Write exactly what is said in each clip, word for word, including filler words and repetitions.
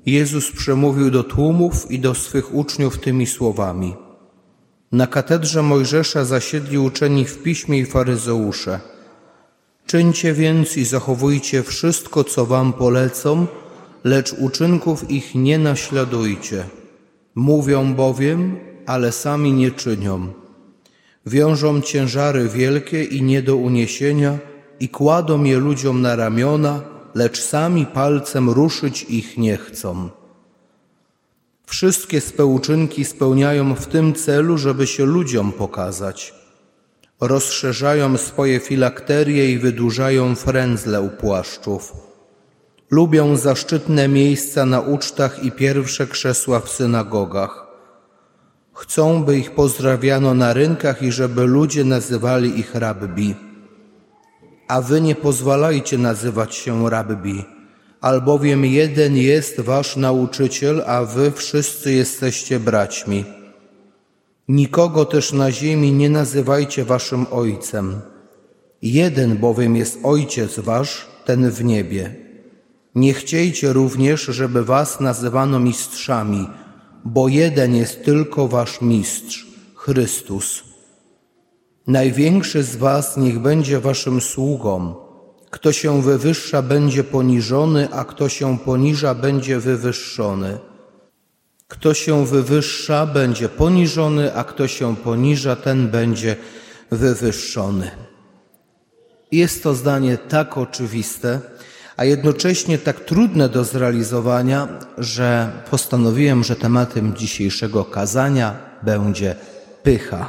Jezus przemówił do tłumów i do swych uczniów tymi słowami. Na katedrze Mojżesza zasiedli uczeni w piśmie i faryzeusze. Czyńcie więc i zachowujcie wszystko, co wam polecą, lecz uczynków ich nie naśladujcie. Mówią bowiem, ale sami nie czynią. Wiążą ciężary wielkie i nie do uniesienia i kładą je ludziom na ramiona, lecz sami palcem ruszyć ich nie chcą. Wszystkie swe uczynki spełniają w tym celu, żeby się ludziom pokazać. Rozszerzają swoje filakterie i wydłużają frędzle u płaszczów. Lubią zaszczytne miejsca na ucztach i pierwsze krzesła w synagogach. Chcą, by ich pozdrawiano na rynkach i żeby ludzie nazywali ich rabbi. A wy nie pozwalajcie nazywać się rabbi, albowiem jeden jest wasz nauczyciel, a wy wszyscy jesteście braćmi. Nikogo też na ziemi nie nazywajcie waszym ojcem. Jeden bowiem jest ojciec wasz, ten w niebie. Nie chciejcie również, żeby was nazywano mistrzami, bo jeden jest tylko wasz mistrz, Chrystus. Największy z was niech będzie waszym sługą. Kto się wywyższa, będzie poniżony, a kto się poniża, będzie wywyższony. Kto się wywyższa, będzie poniżony, a kto się poniża, ten będzie wywyższony. Jest to zdanie tak oczywiste, a jednocześnie tak trudne do zrealizowania, że postanowiłem, że tematem dzisiejszego kazania będzie pycha.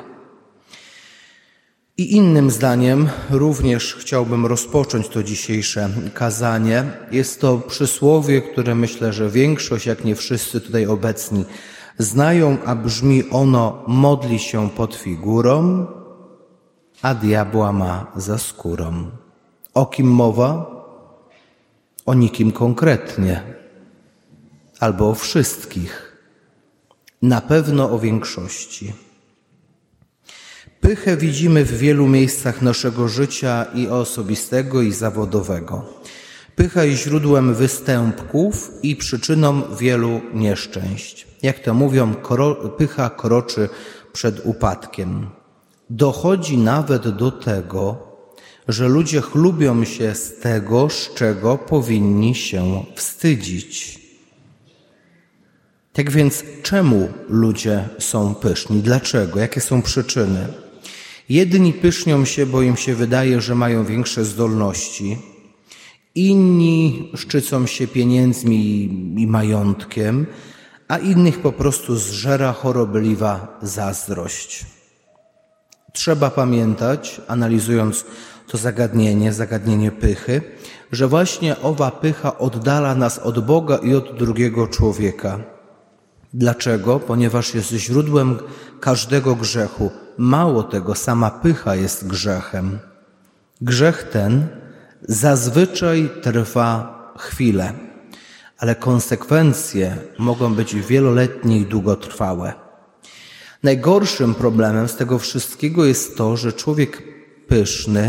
I innym zdaniem również chciałbym rozpocząć to dzisiejsze kazanie. Jest to przysłowie, które myślę, że większość, jak nie wszyscy tutaj obecni, znają, a brzmi ono: modli się pod figurą, a diabła ma za skórą. O kim mowa? O nikim konkretnie, albo o wszystkich. Na pewno o większości. Pychę widzimy w wielu miejscach naszego życia i osobistego, i zawodowego. Pycha jest źródłem występków i przyczyną wielu nieszczęść. Jak to mówią, pycha kroczy przed upadkiem. Dochodzi nawet do tego, że ludzie chlubią się z tego, z czego powinni się wstydzić. Tak więc czemu ludzie są pyszni? Dlaczego? Jakie są przyczyny? Jedni pysznią się, bo im się wydaje, że mają większe zdolności. Inni szczycą się pieniędzmi i majątkiem, a innych po prostu zżera chorobliwa zazdrość. Trzeba pamiętać, analizując to zagadnienie, zagadnienie pychy, że właśnie owa pycha oddala nas od Boga i od drugiego człowieka. Dlaczego? Ponieważ jest źródłem każdego grzechu. Mało tego, sama pycha jest grzechem. Grzech ten zazwyczaj trwa chwilę, ale konsekwencje mogą być wieloletnie i długotrwałe. Najgorszym problemem z tego wszystkiego jest to, że człowiek pyszny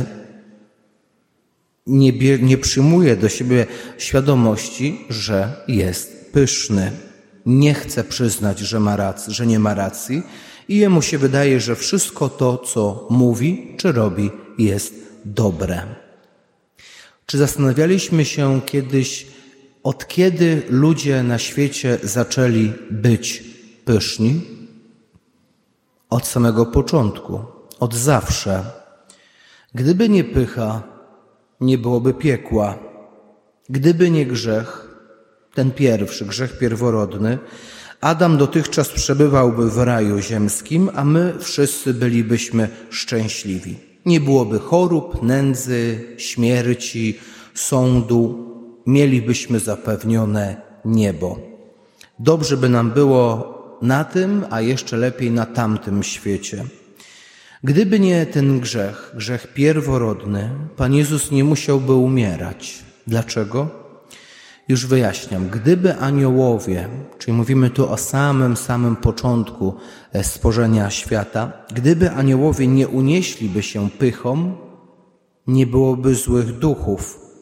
nie, bie, nie przyjmuje do siebie świadomości, że jest pyszny. Nie chce przyznać, że, ma rac- że nie ma racji i jemu się wydaje, że wszystko to, co mówi czy robi, jest dobre. Czy zastanawialiśmy się kiedyś, od kiedy ludzie na świecie zaczęli być pyszni? Od samego początku, od zawsze. Gdyby nie pycha, nie byłoby piekła. Gdyby nie grzech, ten pierwszy, grzech pierworodny, Adam dotychczas przebywałby w raju ziemskim, a my wszyscy bylibyśmy szczęśliwi. Nie byłoby chorób, nędzy, śmierci, sądu. Mielibyśmy zapewnione niebo. Dobrze by nam było na tym, a jeszcze lepiej na tamtym świecie. Gdyby nie ten grzech, grzech pierworodny, Pan Jezus nie musiałby umierać. Dlaczego? Już wyjaśniam. Gdyby aniołowie, czyli mówimy tu o samym, samym początku stworzenia świata, gdyby aniołowie nie unieśliby się pychą, nie byłoby złych duchów,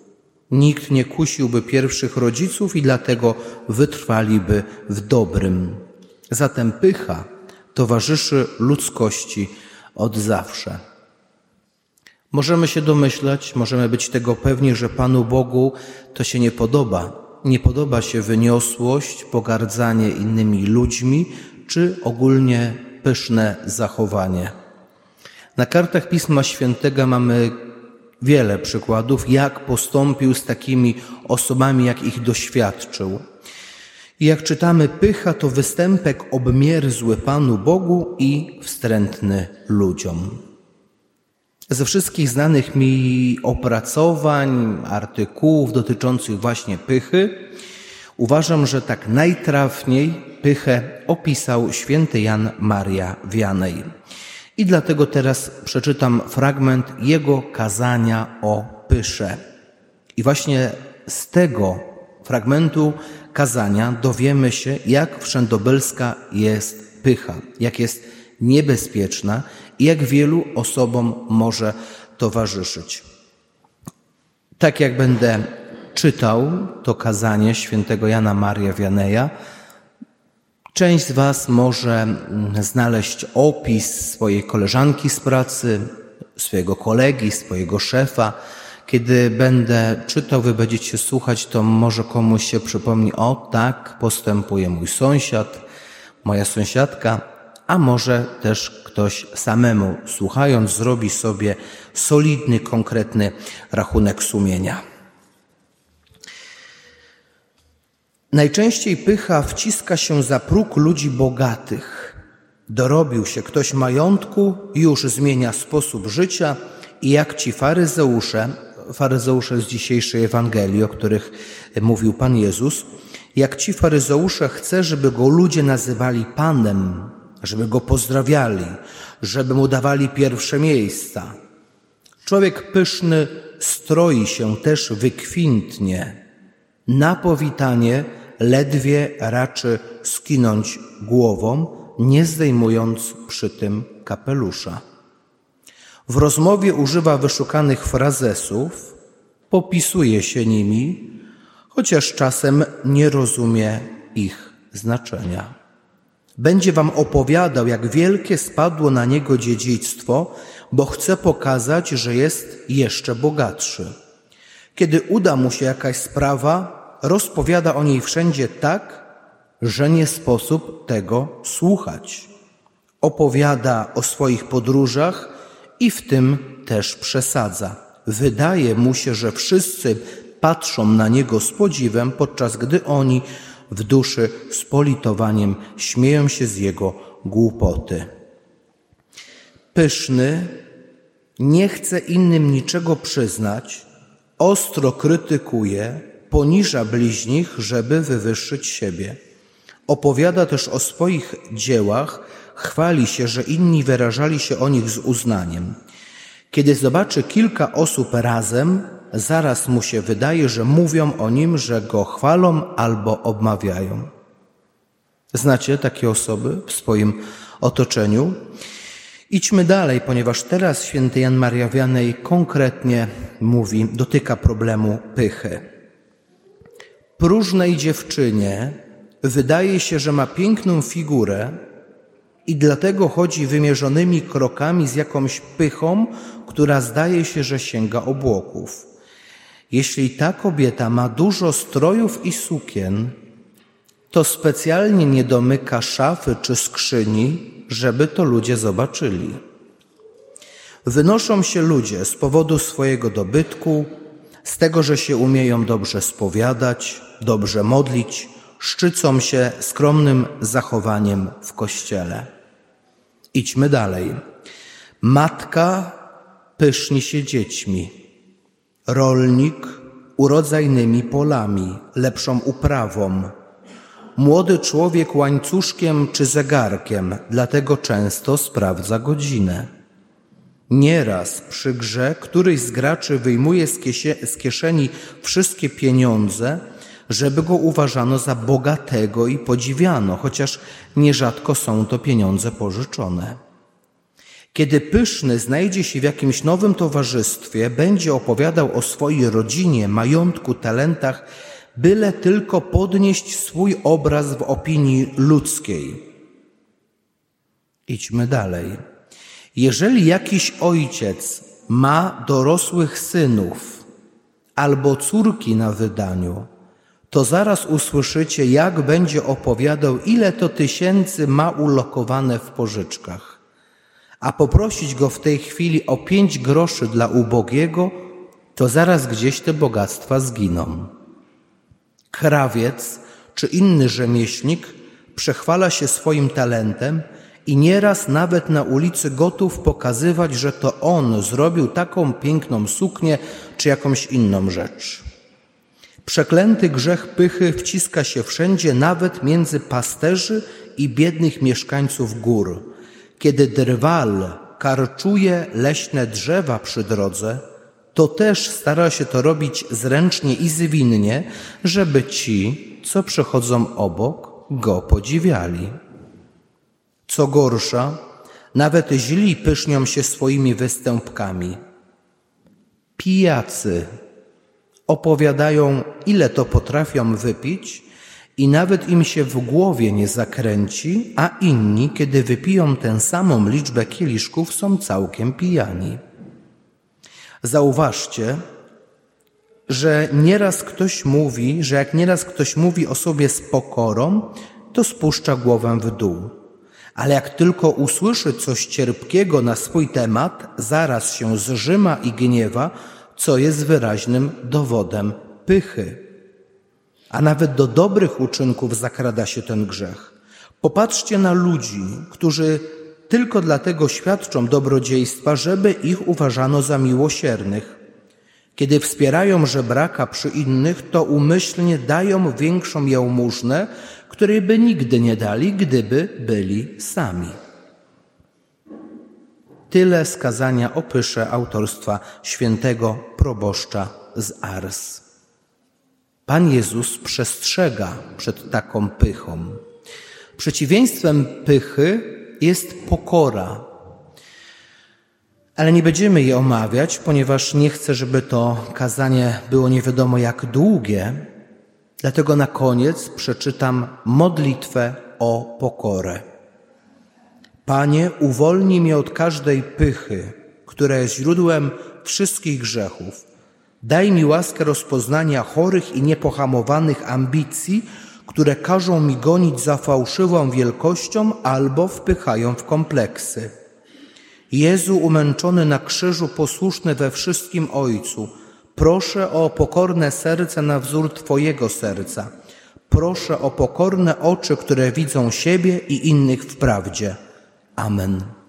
Nikt nie kusiłby pierwszych rodziców i dlatego wytrwaliby w dobrym. Zatem pycha towarzyszy ludzkości od zawsze. Możemy się domyślać, możemy być tego pewni, że Panu Bogu to się nie podoba. Nie podoba się wyniosłość, pogardzanie innymi ludźmi czy ogólnie pyszne zachowanie. Na kartach Pisma Świętego mamy wiele przykładów, jak postąpił z takimi osobami, jak ich doświadczył. I jak czytamy, pycha to występek obmierzły Panu Bogu i wstrętny ludziom. Ze wszystkich znanych mi opracowań, artykułów dotyczących właśnie pychy, uważam, że tak najtrafniej pychę opisał święty Jan Maria Vianney. I dlatego teraz przeczytam fragment jego kazania o pysze. I właśnie z tego fragmentu kazania dowiemy się, jak wszędobylska jest pycha, jak jest niebezpieczna i jak wielu osobom może towarzyszyć. Tak jak będę czytał to kazanie świętego Jana Maria Vianneya, część z Was może znaleźć opis swojej koleżanki z pracy, swojego kolegi, swojego szefa. Kiedy będę czytał, wy będziecie słuchać, to może komuś się przypomni, o tak postępuje mój sąsiad, moja sąsiadka, a może też ktoś samemu słuchając zrobi sobie solidny, konkretny rachunek sumienia. Najczęściej pycha wciska się za próg ludzi bogatych. Dorobił się ktoś majątku, już zmienia sposób życia i jak ci faryzeusze, faryzeusze z dzisiejszej Ewangelii, o których mówił Pan Jezus, jak ci faryzeusze chce, żeby go ludzie nazywali Panem, żeby go pozdrawiali, żeby mu dawali pierwsze miejsca. Człowiek pyszny stroi się też wykwintnie. Na powitanie ledwie raczy skinąć głową, nie zdejmując przy tym kapelusza. W rozmowie używa wyszukanych frazesów, popisuje się nimi, chociaż czasem nie rozumie ich znaczenia. Będzie wam opowiadał, jak wielkie spadło na niego dziedzictwo, bo chce pokazać, że jest jeszcze bogatszy. Kiedy uda mu się jakaś sprawa, rozpowiada o niej wszędzie tak, że nie sposób tego słuchać. Opowiada o swoich podróżach i w tym też przesadza. Wydaje mu się, że wszyscy patrzą na niego z podziwem, podczas gdy oni w duszy z politowaniem śmieją się z jego głupoty. Pyszny nie chce innym niczego przyznać, ostro krytykuje, poniża bliźnich, żeby wywyższyć siebie. Opowiada też o swoich dziełach, chwali się, że inni wyrażali się o nich z uznaniem. Kiedy zobaczy kilka osób razem, zaraz mu się wydaje, że mówią o nim, że go chwalą albo obmawiają. Znacie takie osoby w swoim otoczeniu? Idźmy dalej, ponieważ teraz święty Jan Maria Vianney konkretnie mówi, dotyka problemu pychy. Próżnej dziewczynie wydaje się, że ma piękną figurę i dlatego chodzi wymierzonymi krokami z jakąś pychą, która zdaje się, że sięga obłoków. Jeśli ta kobieta ma dużo strojów i sukien, to specjalnie nie domyka szafy czy skrzyni, żeby to ludzie zobaczyli. Wynoszą się ludzie z powodu swojego dobytku, z tego, że się umieją dobrze spowiadać, dobrze modlić, szczycą się skromnym zachowaniem w kościele. Idźmy dalej. Matka pyszni się dziećmi, rolnik urodzajnymi polami, lepszą uprawą, młody człowiek łańcuszkiem czy zegarkiem, dlatego często sprawdza godzinę. Nieraz przy grze któryś z graczy wyjmuje z, kiesie, z kieszeni wszystkie pieniądze, żeby go uważano za bogatego i podziwiano, chociaż nierzadko są to pieniądze pożyczone. Kiedy pyszny znajdzie się w jakimś nowym towarzystwie, będzie opowiadał o swojej rodzinie, majątku, talentach, byle tylko podnieść swój obraz w opinii ludzkiej. Idźmy dalej. Jeżeli jakiś ojciec ma dorosłych synów albo córki na wydaniu, to zaraz usłyszycie, jak będzie opowiadał, ile to tysięcy ma ulokowane w pożyczkach. A poprosić go w tej chwili o pięć groszy dla ubogiego, to zaraz gdzieś te bogactwa zginą. Krawiec czy inny rzemieślnik przechwala się swoim talentem i nieraz nawet na ulicy gotów pokazywać, że to on zrobił taką piękną suknię czy jakąś inną rzecz. Przeklęty grzech pychy wciska się wszędzie, nawet między pasterzy i biednych mieszkańców gór. Kiedy drwal karczuje leśne drzewa przy drodze, to też stara się to robić zręcznie i zwinnie, żeby ci, co przechodzą obok, go podziwiali. Co gorsza, nawet źli pysznią się swoimi występkami. Pijacy opowiadają, ile to potrafią wypić i nawet im się w głowie nie zakręci, a inni, kiedy wypiją tę samą liczbę kieliszków, są całkiem pijani. Zauważcie, że nieraz ktoś mówi, że jak nieraz ktoś mówi o sobie z pokorą, to spuszcza głowę w dół. Ale jak tylko usłyszy coś cierpkiego na swój temat, zaraz się zżyma i gniewa, co jest wyraźnym dowodem pychy. A nawet do dobrych uczynków zakrada się ten grzech. Popatrzcie na ludzi, którzy tylko dlatego świadczą dobrodziejstwa, żeby ich uważano za miłosiernych. Kiedy wspierają żebraka przy innych, to umyślnie dają większą jałmużnę, której by nigdy nie dali, gdyby byli sami. Tyle z kazania o pysze autorstwa świętego proboszcza z Ars. Pan Jezus przestrzega przed taką pychą. Przeciwieństwem pychy jest pokora. Ale nie będziemy je omawiać, ponieważ nie chcę, żeby to kazanie było nie wiadomo jak długie. Dlatego na koniec przeczytam modlitwę o pokorę. Panie, uwolnij mnie od każdej pychy, która jest źródłem wszystkich grzechów. Daj mi łaskę rozpoznania chorych i niepohamowanych ambicji, które każą mi gonić za fałszywą wielkością albo wpychają w kompleksy. Jezu umęczony na krzyżu, posłuszny we wszystkim Ojcu, proszę o pokorne serce na wzór Twojego serca. Proszę o pokorne oczy, które widzą siebie i innych w prawdzie. Amen.